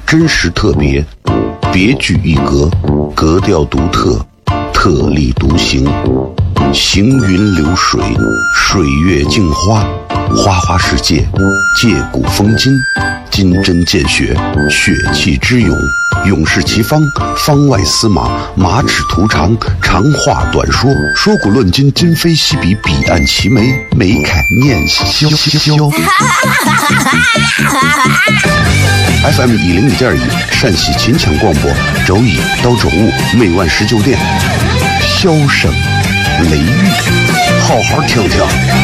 真实特别，别具一格，格调独特，特立独行，行云流水，水月镜花，花花世界，借古风今，金针见血，血气之勇，勇士齐方，方外司马，马齿图长，长话短说，说古论今，今非昔比，彼岸齐眉，眉凯念萧。FM 101.1陕西秦腔广播，周一到周五每晚19点，箫声雷雨，好好听听。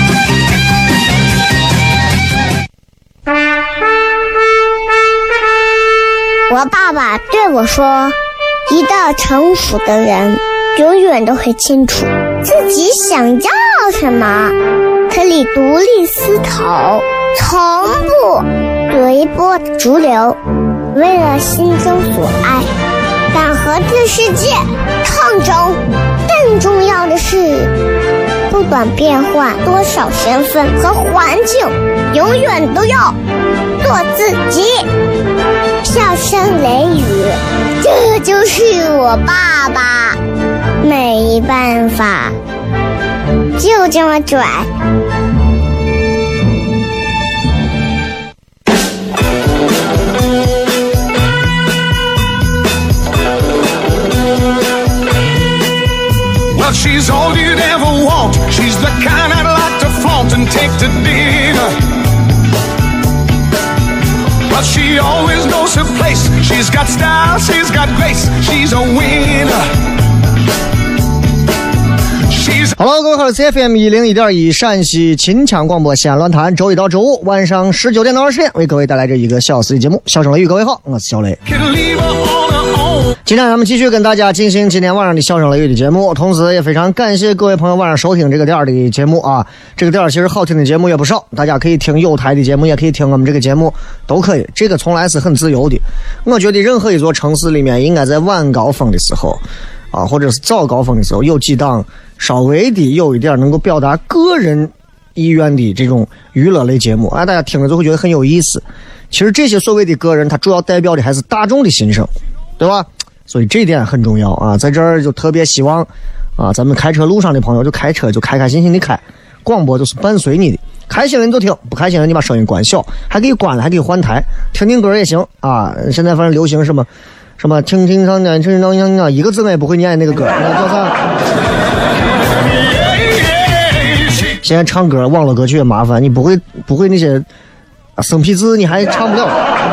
我爸爸对我说，一个成熟的人永远都会清楚自己想要什么，可以独立思考，从不随波逐流，为了心中所爱，敢和这世界抗争。更重要的是，不管变换多少身份和环境，永远都要做自己。笑声雷雨，这就是我爸爸，没办法，就这么拽。 Well, she's all you'd ever want. She's the kind I'd like to flaunt and take to dinner. But she always knows her place. She's got style, she's got grace. She's a winner. Hello， 各位好，我是 CFM 101.1陕西秦腔广播西安论坛，周一到周五晚上19点到20点，为各位带来这一个小时的节目。笑声雷雨，各位好，我是小雷。今天咱们继续跟大家进行今天晚上的笑声雷雨的节目，同时也非常感谢各位朋友晚上收听这个点的节目啊。这个点其实好听的节目也不少，大家可以听有台的节目，也可以听我们这个节目，都可以。这个从来是很自由的。我觉得任何一座城市里面，应该在晚高峰的时候啊，或者是早高峰的时候，有几档稍微的有一点能够表达个人意愿的这种娱乐类节目啊，大家听了就会觉得很有意思。其实这些所谓的个人，它主要代表的还是大众的心声，对吧？所以这一点很重要啊，在这儿就特别希望啊，咱们开车路上的朋友就开车就开开心心的开，广播就是伴随你的，开心了你就听，不开心了你把声音关小，还可以关了，还可以换台，听听歌也行啊。现在反正流行什么听听上念听听一个字我也不会念那个歌，那叫啥？现在唱歌网络歌曲也麻烦，你不会那些生僻字你还唱不了。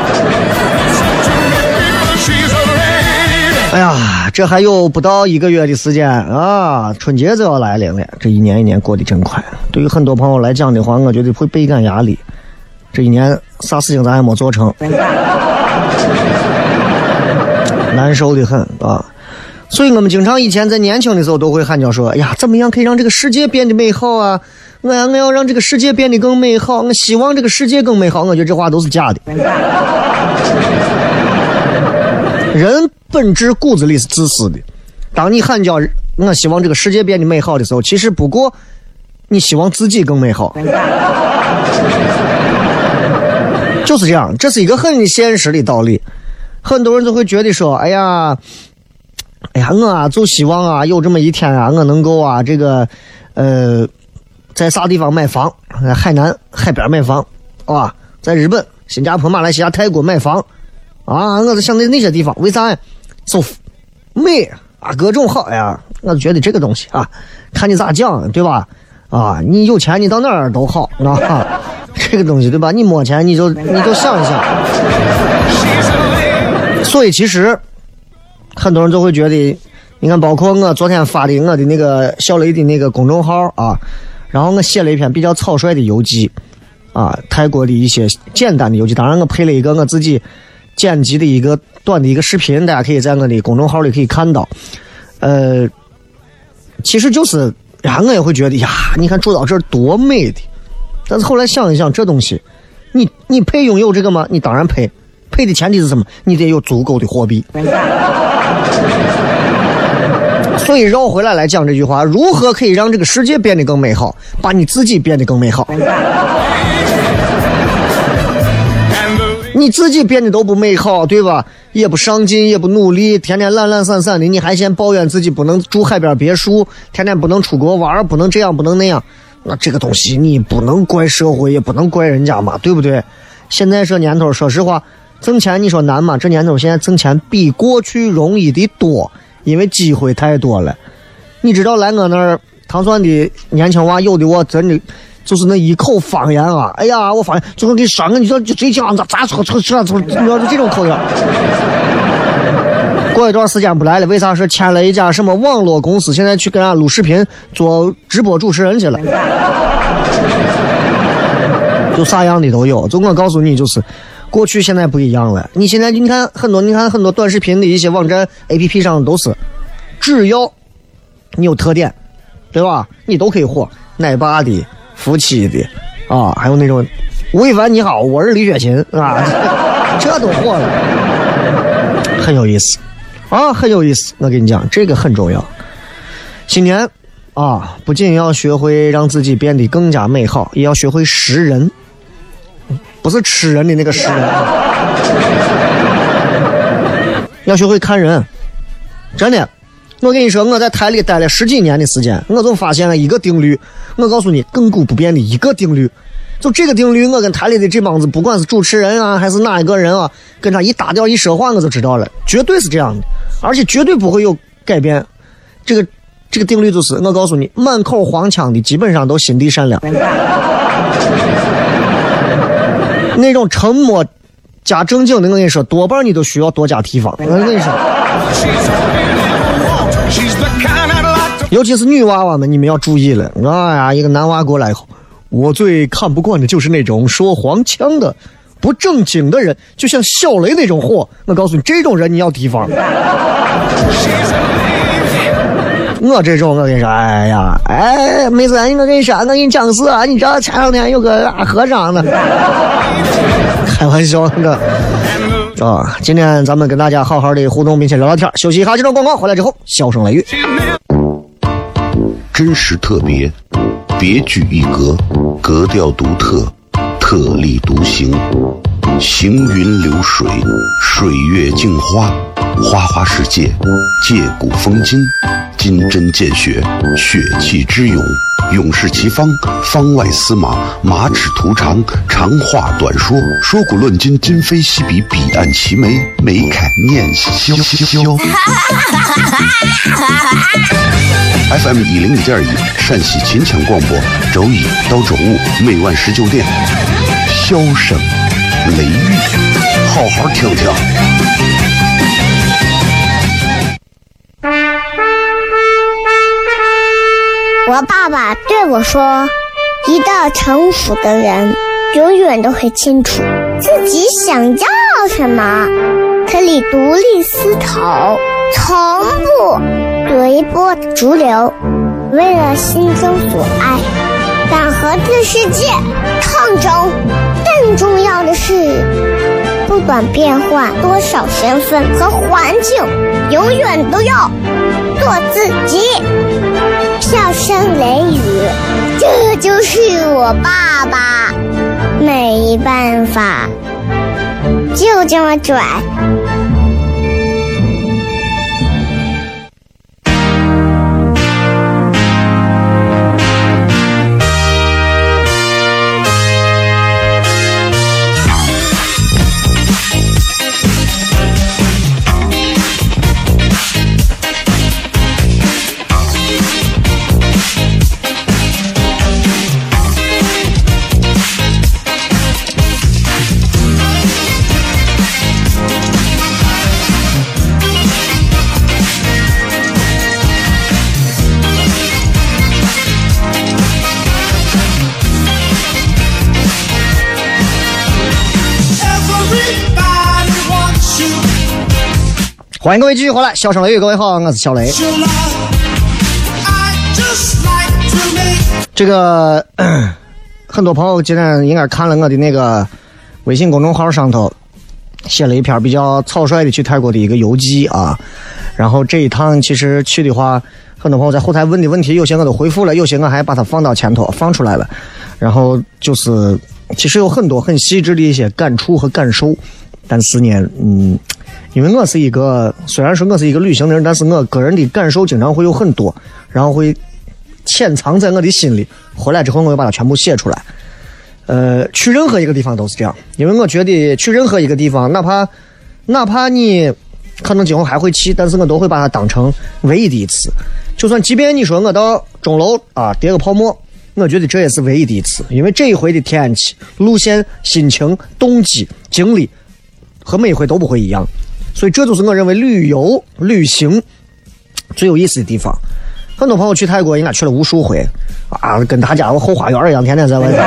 哎呀，这还有不到1个月的时间啊，春节就要来临了。这一年一年过得真快。对于很多朋友来讲的话，我觉得会倍感压力。这一年啥事情咱还没做成，难受的很啊。所以我们经常以前在年轻的时候都会喊叫说：“哎呀，怎么样可以让这个世界变得美好啊？我要让这个世界变得更美好，我希望这个世界更美好。”我觉得这话都是假的。人本质骨子里是自私的。当你喊叫我希望这个世界变得美好的时候，其实不过你希望自己更美好，就是这样。这是一个很现实的道理。很多人都会觉得说：“哎呀，我啊就希望啊有这么一天啊，我能够啊这个在啥地方买房，在海南海边买房啊，在日本、新加坡、马来西亚、泰国买房。”啊，我是想在那些地方，为啥呀？舒服、美啊，各种好呀。我就觉得这个东西啊，看你咋讲，对吧？啊，你有钱你到哪儿都好啊。这个东西对吧？你没钱你就想一想。所以其实很多人就会觉得，你看，包括我昨天发的我的那个小雷的那个公众号啊，然后我写了一篇比较草率的游记啊，泰国的一些简单的游记，当然我配了一个我自己剪辑的一个短的一个视频，大家可以在我的公众号里可以看到。其实就是呀，我也会觉得呀，你看住到这儿多美的。但是后来想一想，这东西，你配拥有这个吗？你当然配。配的前提是什么？你得有足够的货币。所以绕回来讲这句话，如何可以让这个世界变得更美好？把你自己变得更美好。 你自己变得都不美好，对吧？也不上进，也不努力，天天懒懒散散的，你还嫌抱怨自己不能住海边别墅，天天不能出国玩，不能这样不能那样，那这个东西你不能怪社会，也不能怪人家嘛，对不对？现在这年头说实话挣钱你说难吗？这年头现在挣钱比过去容易的多，因为机会太多了。你知道来我那儿唐山的年轻娃，有的我真的就是那一口方言啊！哎呀，我发现最后这三个你说就这样子咋说你要是这种口音。过一段时间不来了，为啥？是签了一家什么网络公司，现在去跟人家录视频做直播主持人去了。就啥样的都有。就我告诉你，就是过去现在不一样了。你现在你看很多短视频的一些网站 APP 上都是，只要你有特点，对吧？你都可以火，奶爸的、夫妻的啊，还有那种吴亦凡你好，我是李雪琴啊，这都火了，很有意思啊，很有意思。我跟你讲，这个很重要。新年啊，不仅要学会让自己变得更加美好，也要学会识人，不是吃人的那个识人，要学会看人。真的，我跟你说，我在台里待了10几年的时间，我就发现了一个定律。我告诉你，亘古不变的一个定律。就这个定律，我跟台里的这帮子，不管是主持人啊，还是哪一个人啊，跟他一打掉一说话，我就知道了，绝对是这样的，而且绝对不会有改变。这个定律就是，我告诉你，满口黄腔的基本上都心地善良，那种沉默加正经的，我跟你说，多半你都需要多加提防。我跟你说，尤其是女娃娃们，你们要注意了。哎呀，一个男娃过来以后，我最看不惯的就是那种说黄腔的、不正经的人，就像小雷那种货。我告诉你，这种人你要提防。我这种，我跟你说，哎呀，哎，妹子，我跟你说，我跟你讲个事啊，你知道前两天有个和尚呢，开玩笑的啊。今天咱们跟大家好好的互动，并且聊聊天，休息一下，这段广告回来之后，笑声雷雨， 真实特别，别具一格，格调独特，特立独行，行云流水，水月镜花，花花世界，借古风今，金针见血，血气之勇，勇士齐方，方外司马，马齿图长，长话短说，说古论今，今非昔比，彼岸齐眉，眉开眼笑。FM 101.1陕西秦腔广播，周一到周五每晚19点，笑声雷雨，好好听听。 我爸爸对我说，一个成熟的人永远都会清楚自己想要什么，可以独立思考，从不随波逐流，为了心中所爱，敢和这世界抗争。更重要的是，不管变换多少身份和环境，永远都要做自己。笑声雷雨，这就是我爸爸，没办法，就这么拽。 欢迎各位继续回来，笑声雷雨，各位好，我是小雷。这个很多朋友今天应该看了我的那个微信公众号上头写了一篇比较草率的去泰国的一个游记啊。然后这一趟其实去的话，很多朋友在后台问的问题，有些我都回复了，有些我还把它放到前头放出来了。然后就是其实有很多很细致的一些感触和感受，但是呢，因为我是一个虽然说我是一个旅行的人，但是我个人的感受经常会有很多，然后会潜藏在我的心里，回来之后我会把它全部写出来。去任何一个地方都是这样，因为我觉得去任何一个地方，哪怕你可能今后还会去，但是我都会把它当成唯一的一次。就算即便你说我到钟楼啊叠个泡沫，我觉得这也是唯一的一次，因为这一回的天气、路线、心情、动机、经历和每一回都不会一样，所以这就是我认为旅行最有意思的地方。很多朋友去泰国应该去了无数回啊，跟他家后花园一样，天天在外面。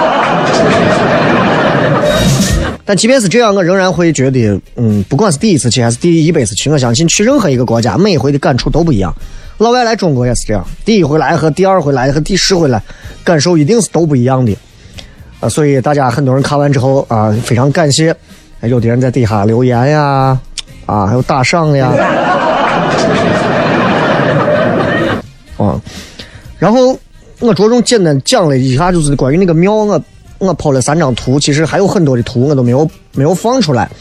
但即便是这样，我仍然会觉得，不管是第一次去还是第100次去，我相信去任何一个国家，每一回的感触都不一样。老外来中国也是这样，第一回来和第2回来和第10回来，感受一定是都不一样的。所以大家很多人看完之后啊，非常感谢，有的人在底下留言呀，还有打赏呀，然后我着重简单讲了一下，就是关于那个庙，我抛了3张图，其实还有很多的图我都没有放出来。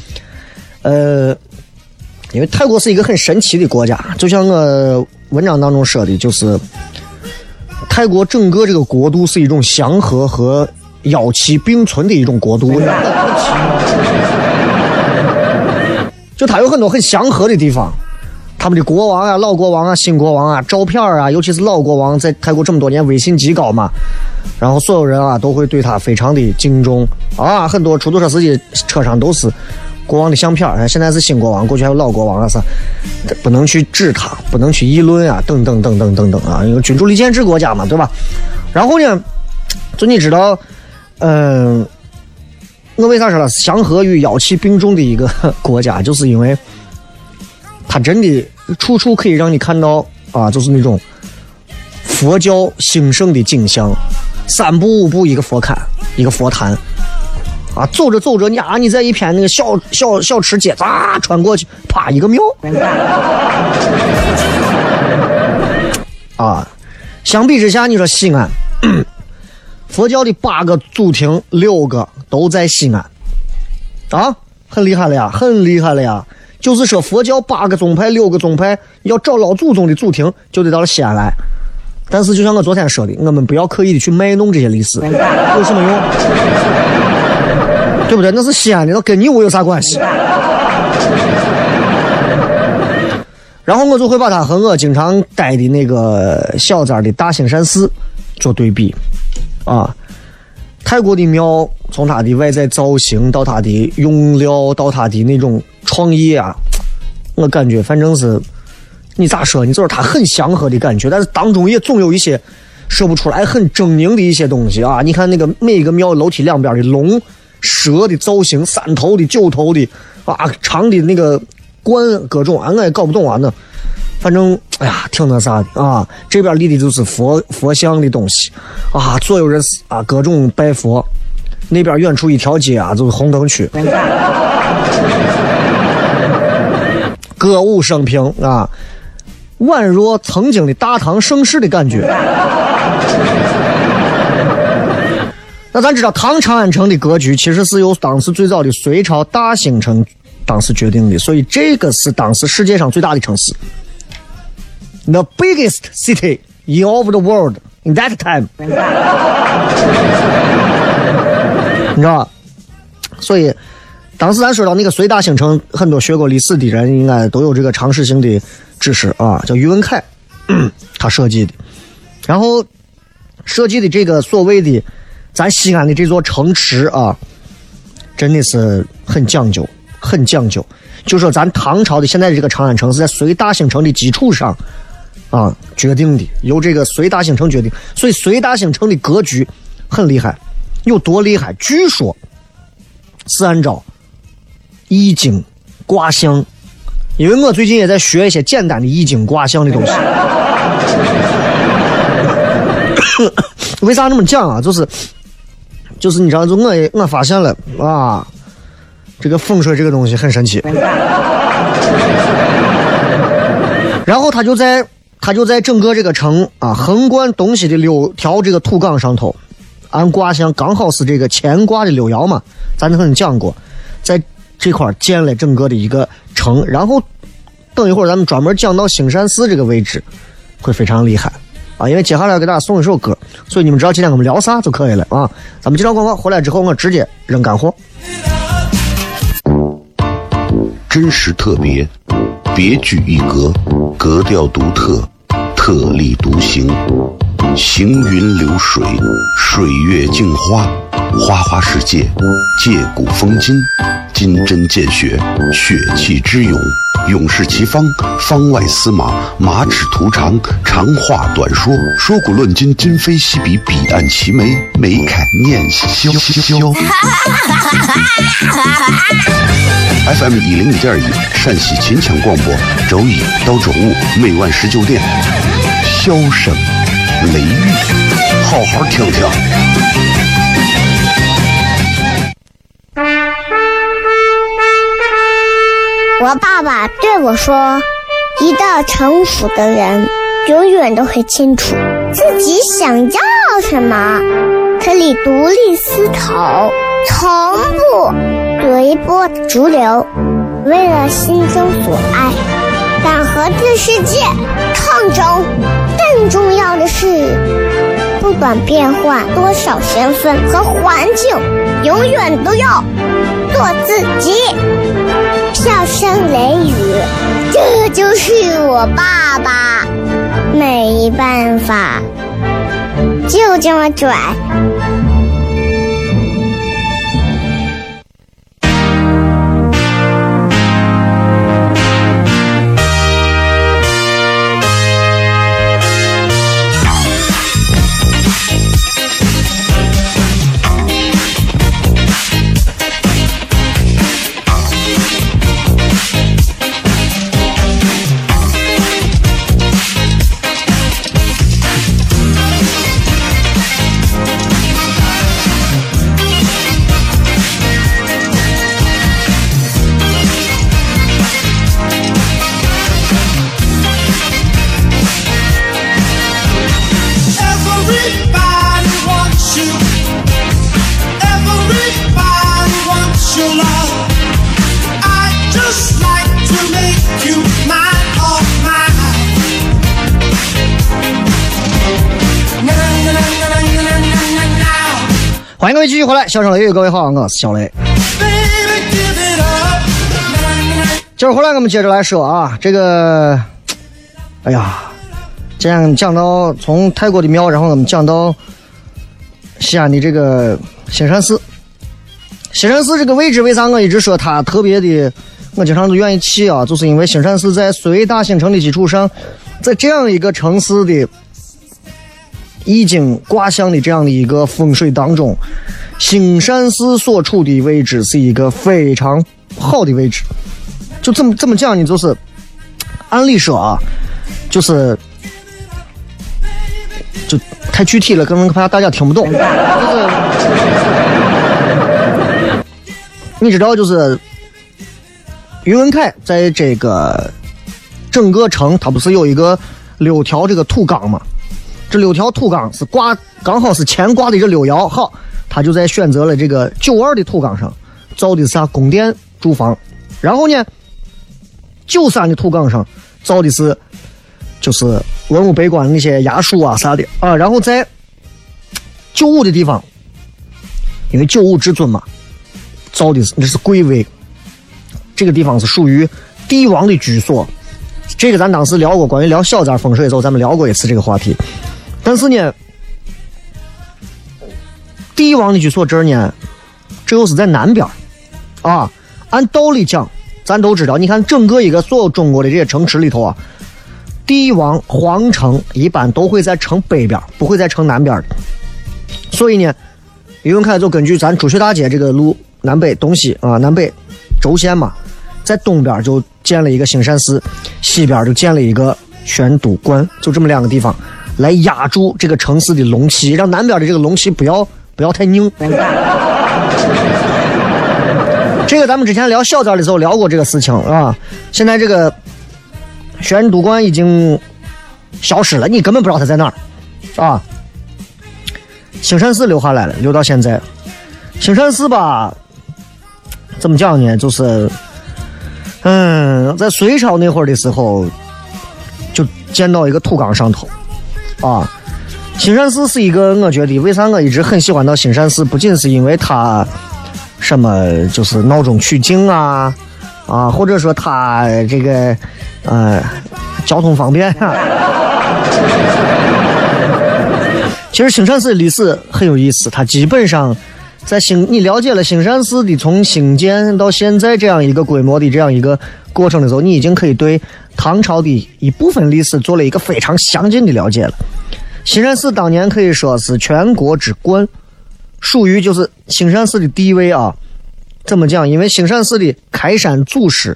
因为泰国是一个很神奇的国家，就像我文章当中说的，就是泰国整个这个国度是一种祥和和妖气并存的一种国度。就它有很多很祥和的地方，他们的国王啊、老国王啊、新国王啊，照片啊，尤其是老国王在泰国这么多年威信极高嘛，然后所有人啊都会对他非常的敬重啊，很多出租车司机车上都是国王的相片，现在是新国王，过去还有老国王啊，不能去指他，不能去议论啊，等等等等等等啊，因为君主立宪制国家嘛，对吧？然后呢，就你知道，我为啥说了祥和与妖气并重的一个国家，就是因为它真的处处可以让你看到啊，就是那种佛教兴盛的景象，3步5步一个佛龛，一个佛坛。啊，走着走着，你在一片那个小吃街啊，穿过去，啪一个庙。啊，相比之下，你说西安，佛教的8个祖庭6个都在西安，啊，很厉害了呀，很厉害了呀。就是说佛教8个宗派6个宗派要找老祖宗的祖庭，就得到了西安来。但是就像我昨天说的，我们不要刻意的去卖弄这些历史，有什么用？对不对？那是西安的，那跟你我有啥关系？然后我就会把它和我经常待的那个小寨的大兴善寺做对比啊。泰国的庙，从它的外在造型到它的用料到它的那种创意啊，我感觉反正是你咋说，你就是它很祥和的感觉，但是当中也总有一些说不出来很狰狞的一些东西啊。你看那个每一个庙楼梯两边的龙蛇的造型，3头的9头的啊，长的那个冠各种我也搞不懂啊，那反正哎呀挺那啥的啊。这边立的就是佛像的东西啊，左右人啊各种拜佛，那边远处一条街啊就是红灯区，歌舞升平啊，宛若曾经的大唐盛世的感觉。那咱知道唐长安城的格局其实是由当时最早的隋朝大兴城当时决定的，所以这个是当时世界上最大的城市， The biggest city in all of the world in that time 你知道吧？所以当时咱说到那个隋大兴城，很多学过历史的人应该都有这个常识性的知识啊，叫宇文恺他设计的，然后设计的这个所谓的咱西安的这座城池啊，真的是很讲究，很讲究。就说咱唐朝的现在的这个长安城是在隋大兴城的基础上啊决定的，由这个隋大兴城决定，所以隋大兴城的格局很厉害，有多厉害？据说是按照易经卦象，因为我最近也在学一些简单的易经卦象的东西。为啥这么讲啊？就是你知道，我发现了啊，这个风水这个东西很神奇。然后他就在整个这个城啊横贯东西的6条这个土岗上头俺卦象刚好是这个乾卦的六爻嘛，咱曾经讲过，在这块建了整个的一个城，然后等一会儿咱们专门讲到兴山寺这个位置会非常厉害啊，因为接下来要给大家送一首歌，所以你们知道今天我们聊啥就可以了啊。咱们接着广告回来之后，我直接扔干货。 真实特别，别具一格，格调独特，特立独行，行云流水，水月镜花，花花世界，借古风今，金针见血，血气之勇，勇士其方，方外司马，马齿图长，长话短说，说古论今，今非昔比，彼岸齐眉，眉开念萧。FM 101.1陕西秦腔广播，周一到周五每晚19点，笑声雷雨，好好听听。 我爸爸对我说，一个成熟的人永远都会清楚自己想要什么，可以独立思考，从不随波逐流，为了心中所爱，敢和这世界抗争。更重要的是，不管变换多少身份和环境，永远都要做自己。笑声雷雨，这就是我爸爸，没办法，就这么拽。 欢迎各位继续回来，笑声雷雨，各位好，我是小雷。今儿回来我们接着来说啊，这个，哎呀，这样讲到从泰国的庙，然后我们讲到西安的这个兴山寺。兴山寺这个位置，为啥我一直说它特别的，我经常都愿意去啊，就是因为兴山寺在隋大兴城的基础上，在这样一个城市的易经卦象的这样的一个风水当中，兴山寺所处的位置是一个非常好的位置。就这么讲呢，就是按理说啊，就太具体了，可能怕大家听不懂。你知道，就是于文凯在这个整个城，他不是有一个6条这个土岗吗？这6条土岗是挂，刚好是乾卦的这6爻，好，他就在选择了这个92的土岗上造的是啥宫殿住房，然后呢93的土岗上造的是就是文武百官那些衙署啊啥的啊，然后在95的地方，因为95至尊嘛，造的是那是贵位，这个地方是属于帝王的居所。这个咱当时聊过，关于聊小寨风水的时候，咱们聊过一次这个话题。但是呢，帝王的居所这儿呢，这又是在南边啊。按道理讲，咱都知道，你看整个一个所有中国的这些城池里头啊，帝王皇城一般都会在城北边，不会在城南边的。所以呢，于文凯就根据咱朱雀大街这个路南北东西啊，南北轴线嘛，在东边就建了一个兴山寺，西边就建了一个玄都观，就这么2个地方来压住这个城市的龙气，让南边的这个龙气不要太拧。这个咱们之前聊小寨的时候聊过这个事情啊。现在这个玄都观已经消失了，你根本不知道它在哪儿啊。 兴善寺留下来了，留到现在。兴善寺吧，怎么讲呢？就是，在隋朝那会儿的时候，就建到一个土岗上头，啊。兴善寺是一个，我觉得为啥我一直很喜欢到兴善寺，不仅是因为它什么就是闹中取经啊，或者说它这个交通方便啊。其实兴善寺的历史很有意思，它基本上在你了解了兴善寺的从兴建到现在这样一个规模的这样一个过程的时候，你已经可以对唐朝的一部分历史做了一个非常详尽的了解了。兴善寺当年可以说是全国之冠，属于就是兴善寺的地位啊。怎么讲？因为兴善寺的开山祖师，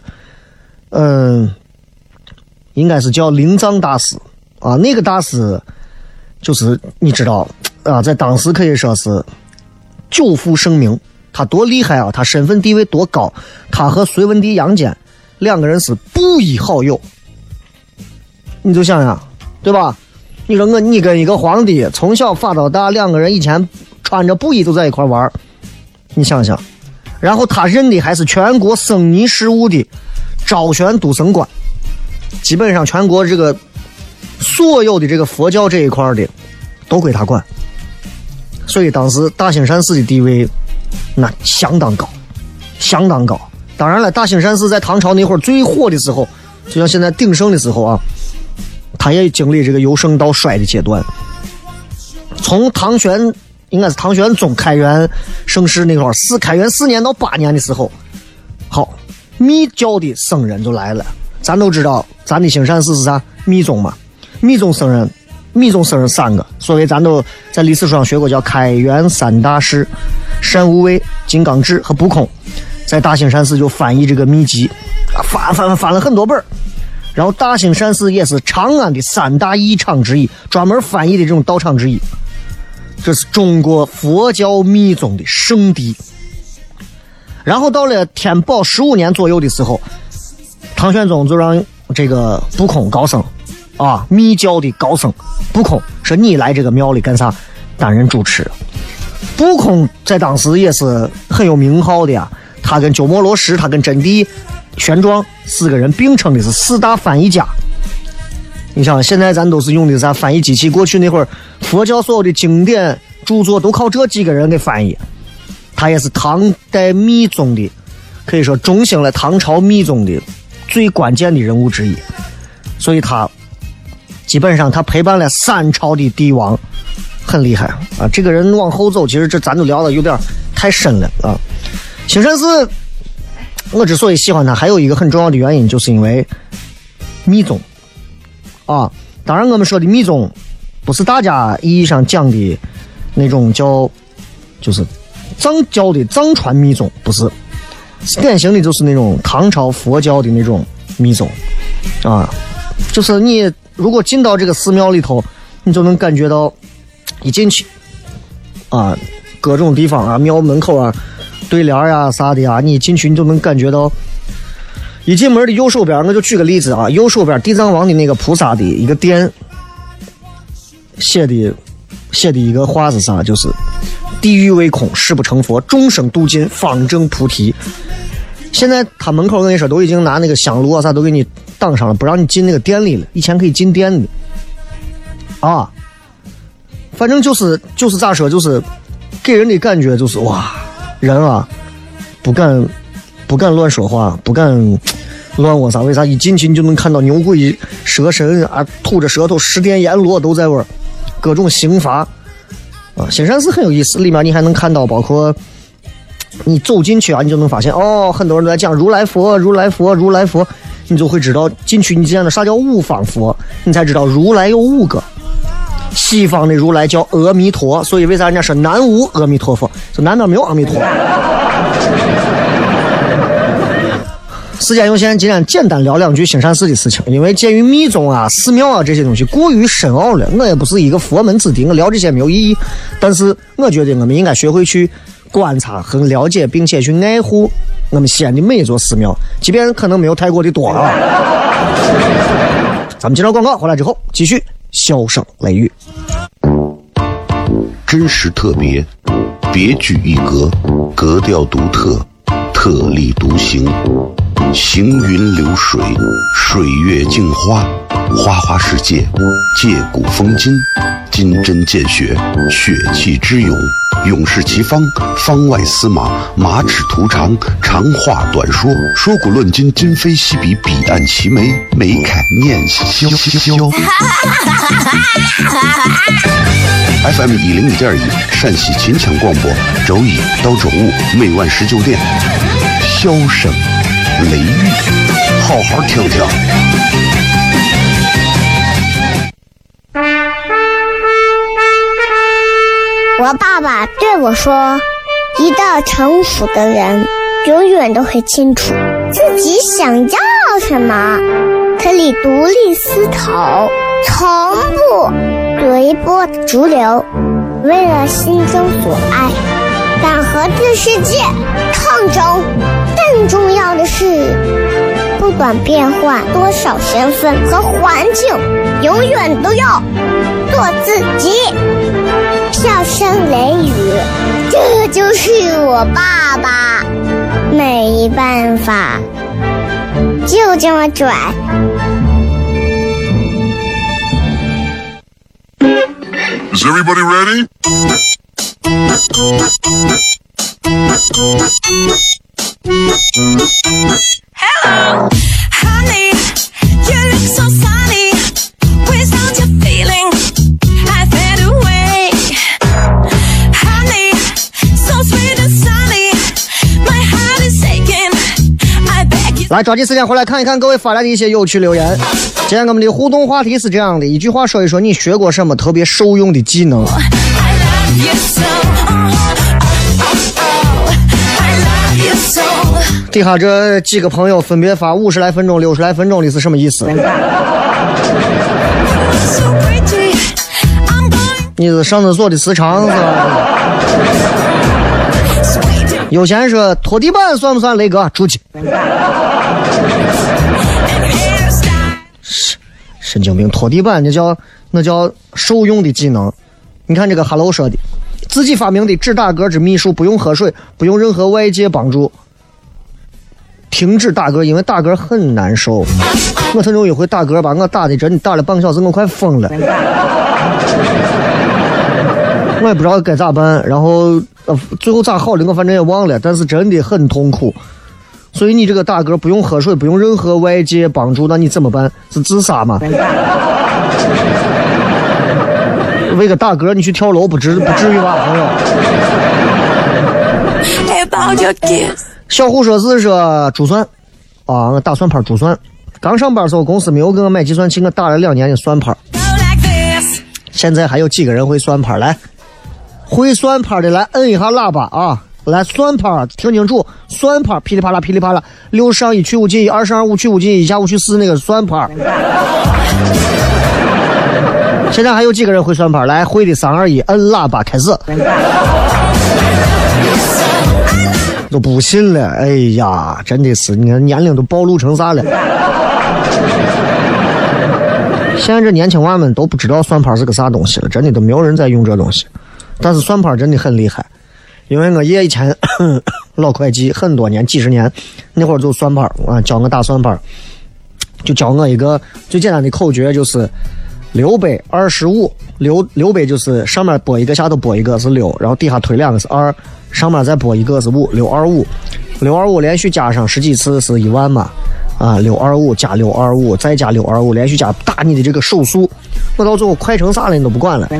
应该是叫灵藏大师啊。那个大师就是你知道啊，在当时可以说是久负盛名，他多厉害啊！他身份地位多高，他和隋文帝杨坚两个人是不以好友。你就想想，对吧？你说你跟一个皇帝从小发到大，两个人以前穿着布衣都在一块玩，你想想。然后他任的还是全国僧尼事务的昭玄都僧官，基本上全国这个所有的这个佛教这一块的都归他管。所以当时大兴善寺的地位那相当高，相当高。当然了，大兴善寺在唐朝那会儿最火的时候，就像现在鼎盛的时候啊，他也经历这个由盛到衰的阶段。从唐玄应该是唐玄宗开元盛世那会儿，开元4年到8年的时候，好，密教的僧人就来了。咱都知道，咱的兴善寺是啥？密宗嘛。密宗僧人3个，所谓咱都在历史书上学过，叫开元3大士：善无畏、金刚智和不空。在大兴善寺就翻译这个秘籍，翻了很多本。然后大兴善寺也是长安的3大义场之一，专门翻译的这种道场之一。这是中国佛教密宗的圣地。然后到了天宝15年左右的时候，唐玄宗就让这个不空高僧啊，密教的高僧不空说你来这个庙里干啥？担任主持。不空在当时也是很有名号的呀，他跟鸠摩罗什，他跟真谛、玄奘4个人并称的是4大翻译家。你想现在咱都是用的啥翻译机器，过去那会儿佛教所有的经典著作都靠这几个人给翻译。他也是唐代密宗的，可以说中兴了唐朝密宗的最关键的人物之一。所以他基本上他陪伴了3朝的帝王，很厉害啊！这个人往后走，其实这咱都聊的有点太深了啊。兴善寺我之所以喜欢他，还有一个很重要的原因，就是因为密宗啊。当然我们说的密宗不是大家意义上讲的那种就是藏教的藏传密宗，不是，典型的就是那种唐朝佛教的那种密宗啊。就是你如果进到这个寺庙里头，你就能感觉到一进去啊，各种地方啊，庙门口啊，对联啊啥的啊，你一进去你就能感觉到。一进门的右手边，我就举个例子啊，右手边地藏王的那个菩萨的一个殿写的一个话是啥？就是地狱为空，誓不成佛，众生度尽，方正菩提。现在他门口跟你说都已经拿那个香炉啊啥都给你挡上了，不让你进那个店里了。以前可以进店的啊，反正就是咋说，就是给人的感觉就是哇，人啊不敢乱说话，不敢乱我啥？为啥一进去你就能看到牛鬼蛇神啊，吐着舌头，十殿阎罗都在玩，各种刑罚啊。兴善寺很有意思，里面你还能看到，包括你走进去啊，你就能发现哦，很多人都在讲如来佛，如来佛，如来佛，你就会知道进去你见到啥叫五方佛，你才知道如来有5个。西方的如来叫阿弥陀，所以为啥人家说南无阿弥陀佛？就南边没有阿弥陀。时间有限，今天简单聊2句兴善寺的事情，因为鉴于密宗啊、寺庙啊这些东西过于深奥了，我也不是一个佛门子弟，我聊这些没有意义。但是我觉得我们应该学会去观察和了解，并且去爱护我们西安的每一座寺庙，即便可能没有泰国的多啊。咱们接着广告回来之后继续笑声雷雨。 真实特别，别具一格，格调独特，特立独行，行云流水，水月镜花，花花世界，借古风今，金针见血，血气之勇，勇士齐方，方外司马，马齿图长，长话短说，说古论今，今非昔比，彼岸齐眉，眉开念萧萧。FM 101.1陕西秦腔广播，周一到周五每晚19点，笑声雷雨，好好听听。 我爸爸对我说，一个成熟的人永远都会清楚自己想要什么，可以独立思考，从不随波逐流，为了心中所爱，敢和这世界抗争。更重要的是，不管变换多少身份和环境，永远都要做自己。笑声雷雨，这就是我爸爸，没办法，就这么拽。 Is everybody ready? Hello, honey, you look so sunny. Without your feeling, I fade away. Honey, so sweet and sunny. My heart is aching. I beg you. 来，抓紧时间回来看一看各位发来的一些有趣留言。今天我们的互动话题是这样的，一句话说一说你学过什么特别受用的技能。 I love you so. I love you so. 底下这几个朋友分别发50来分钟、60来分钟的是什么意思？ So pretty. I'm going 你是上厕所的时长是吧？ sweet. 有闲说拖地板算不算？雷哥出去。 And hairstyle. 神经病，拖地板那叫受用的技能。你看这个 Hello 说的，自己发明的治打嗝之秘术，不用喝水，不用任何外界帮助，停止打嗝，因为打嗝很难受。我曾有一回打嗝把我打的真的打了半个小时，我快疯了。我也不知道该咋办，然后最后咋好的我反正也忘了，但是真的很痛苦。所以你这个打嗝不用喝水，不用任何外界帮助，那你怎么办？是自杀吗？为个打嗝你去跳楼不至于吧，朋友？ About your kiss. 小胡说是说珠算啊，我打算盘珠算。刚上班的时候公司没有给我买计算器，我打了2年的算盘。 Go like this. 现在还有几个人会算盘？来，会算盘的来摁一下喇叭啊！来算盘，听清楚，算盘噼里啪啦噼里啪啦，6上1去5进1，2上2 5去5进1，1加5去4那个算盘。现在还有几个人会算盘？来，会的3、2、1，摁喇叭开始。都不信了，哎呀，真的是，你看年龄都暴露成啥了？现在这年轻娃们都不知道算盘是个啥东西了，真的都没有人在用这东西。但是算盘真的很厉害，因为我爷以前老会计很多年几十年，那会儿就算盘啊，教我打算盘，就教我一个最简单的口诀，就是6倍25，六倍就是上面拨一个，下头拨一个是6，然后底下推2个是2，上面再拨一个是5，625连续加上10几次是1万嘛，啊，625加625再加625，连续加打你的这个手速，我到最后快成啥了你都不管了。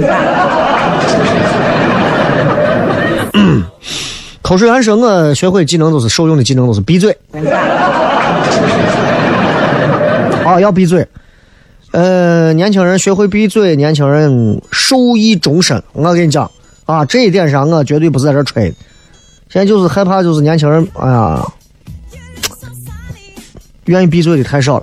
口水完说我学会技能都是受用的技能都是闭嘴。啊，要闭嘴。年轻人学会闭嘴，年轻人受益终身。我跟你讲啊，这一点上我绝对不是在这吹。现在就是害怕，就是年轻人，哎呀，愿意闭嘴的太少了。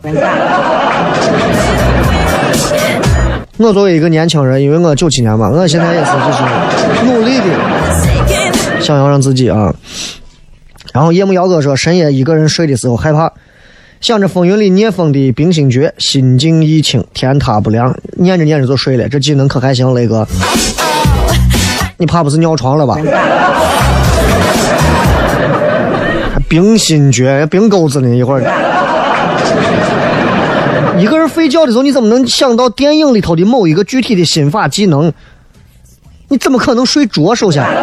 我作为一个年轻人，因为我97年嘛，我现在也是就是努力的想要让自己啊。然后夜幕遥哥说，深夜一个人睡的时候害怕。想着风云里聂风的冰心诀，心境一清，天塌不凉，念着念着就睡了。这技能可还行，雷哥。 你怕不是尿床了吧？冰心诀，冰钩子呢？一会儿，一个人睡觉的时候，你怎么能想到电影里头的某一个具体的心法技能？你怎么可能睡着？首先，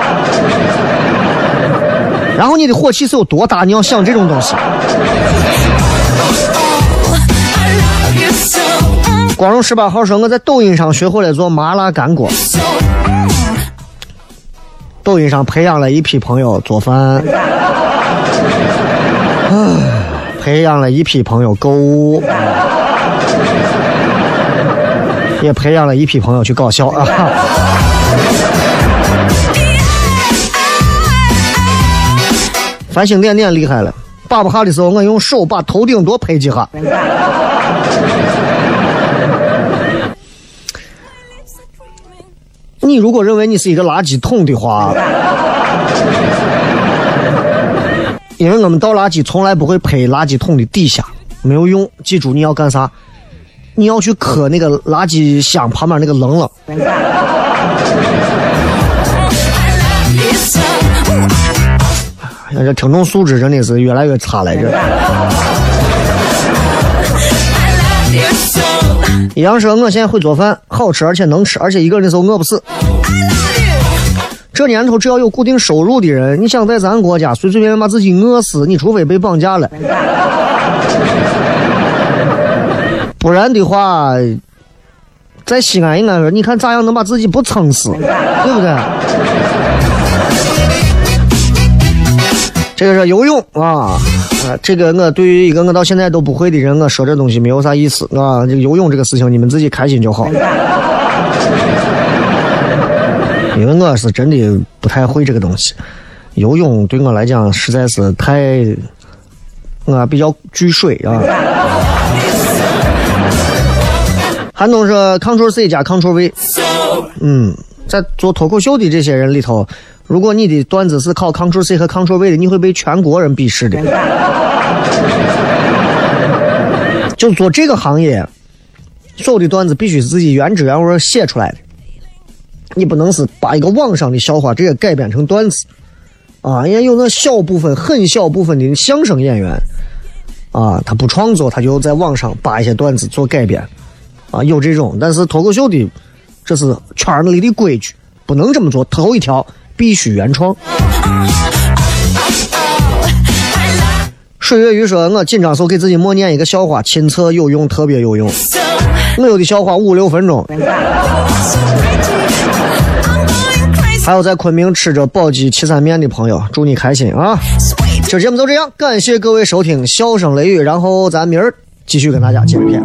然后你的火气是有多大？你要想这种东西。光荣18号说，我在抖音上学会了做麻辣干锅。抖音上培养了一批朋友做饭，培养了一批朋友购物，也培养了一批朋友去搞笑啊。繁星点点厉害了，爸不哈的时候我用手把头顶多拍几下。你如果认为你是一个垃圾桶的话，因为我们倒垃圾从来不会拍垃圾桶的底下，没有用。记住你要干啥？你要去磕那个垃圾箱旁边那个棱了。这听众素质真的是越来越差来着。杨说我现在会做饭，好吃而且能吃，而且一个人的时候饿不死。这年头只要有固定收入的人，你想在咱国家随随便便把自己饿死，你除非被绑架了，不然的话在西安应该说你看咋样能把自己不撑死，对不对？这个是游泳啊，这个我对于一个我到现在都不会的人，我说这东西没有啥意思啊。这个游泳这个事情，你们自己开心就好。因为我是真的不太会这个东西，游泳对我来讲实在是太，我比较惧水啊。韩东说 Ctrl+C 加 Ctrl+V， 在做脱口秀的这些人里头，如果你的段子是靠 Ctrl+C 和 Ctrl+V 的，你会被全国人鄙视的。就做这个行业，所有的段子必须是自己原汁原味写出来的，你不能是把一个网上的笑话直接改编成段子啊！人家有那小部分、很小部分的相声演员啊，他不创作，他就在网上把一些段子做改编啊，有这种。但是脱口秀的，这是圈里的规矩，不能这么做。头一条必须原创。水月鱼说，我紧张时候给自己默念一个笑话，亲测有用，特别有用。我有的笑话5-6分钟。还有在昆明吃着宝鸡岐山面的朋友，祝你开心啊！这节目就这样，感谢各位收听笑声雷雨，然后咱明儿继续跟大家见面。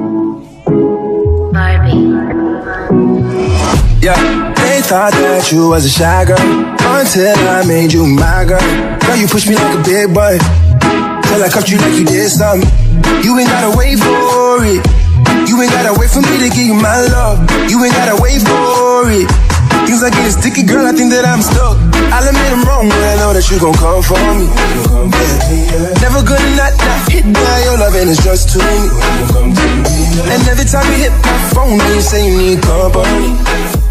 Yeah, they thought that you was a shy girl until I made you my girl. Now you push me like a big boy till I cuffed you like you did something. You ain't gotta wait for it. You ain't gotta wait for me to give you my love. You ain't gotta wait for it. Things are getting sticky, girl, I think that I'm stuck. I'll admit I'm wrong, but I know that you gon' come for me. Yeah. Never gonna not hit by your love and it's just to me. And every time you hit my phone, you say you need company.